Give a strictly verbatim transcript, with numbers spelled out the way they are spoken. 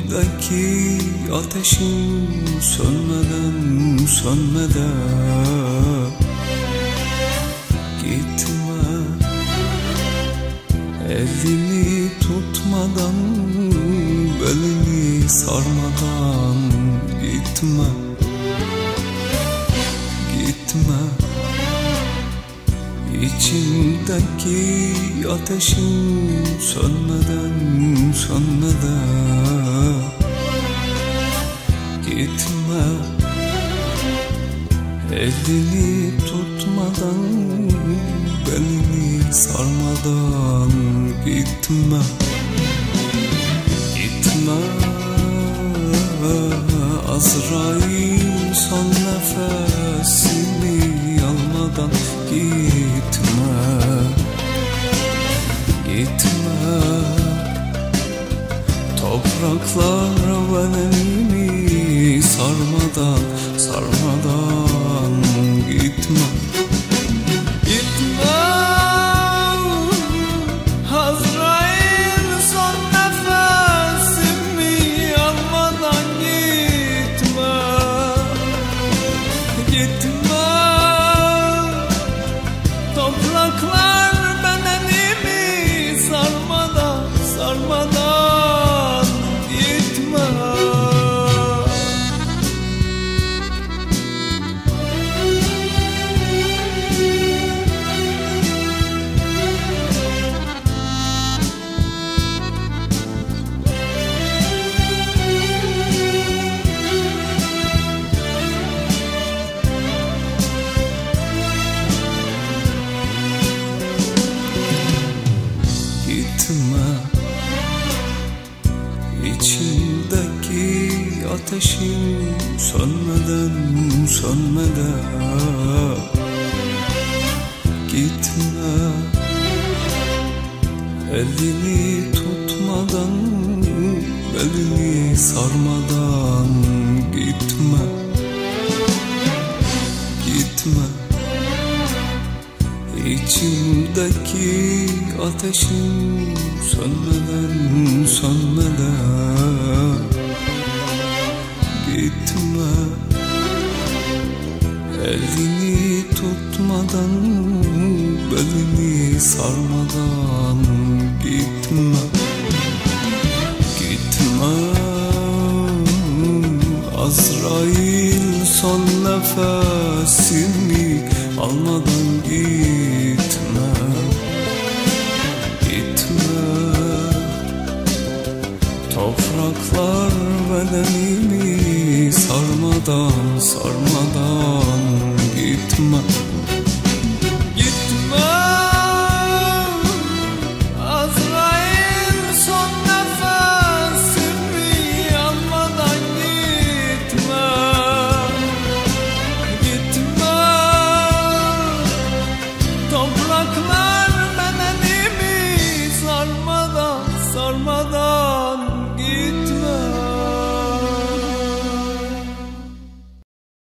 İçimdeki ateşim sönmeden sönmeden gitme, elini tutmadan, belini sarmadan gitme, gitme. İçimdeki ateşim sönmeden sönmeden gitme, elini tutmadan, belini sarmadan gitme, gitme. Azrail son nefesini almadan gitme, gitme. Topraklar bedenimi sarmadan sarmadan gitme, gitme. Azrail son nefesimi almadan gitme, gitme. Topraklar bedenimi sarmadan sarmadan gitme. Gitme, içimdeki ateşim sönmeden sönmeden gitme, elini tutmadan, belini sarmadan gitme, gitme. İçimdeki ateşim sönmeden sönmeden gitme, elini tutmadan, belini sarmadan gitme, gitme. Azrail son nefesimi almadan gitme, gitme. Topraklar bedenimi sarmadan sarmadan gitme,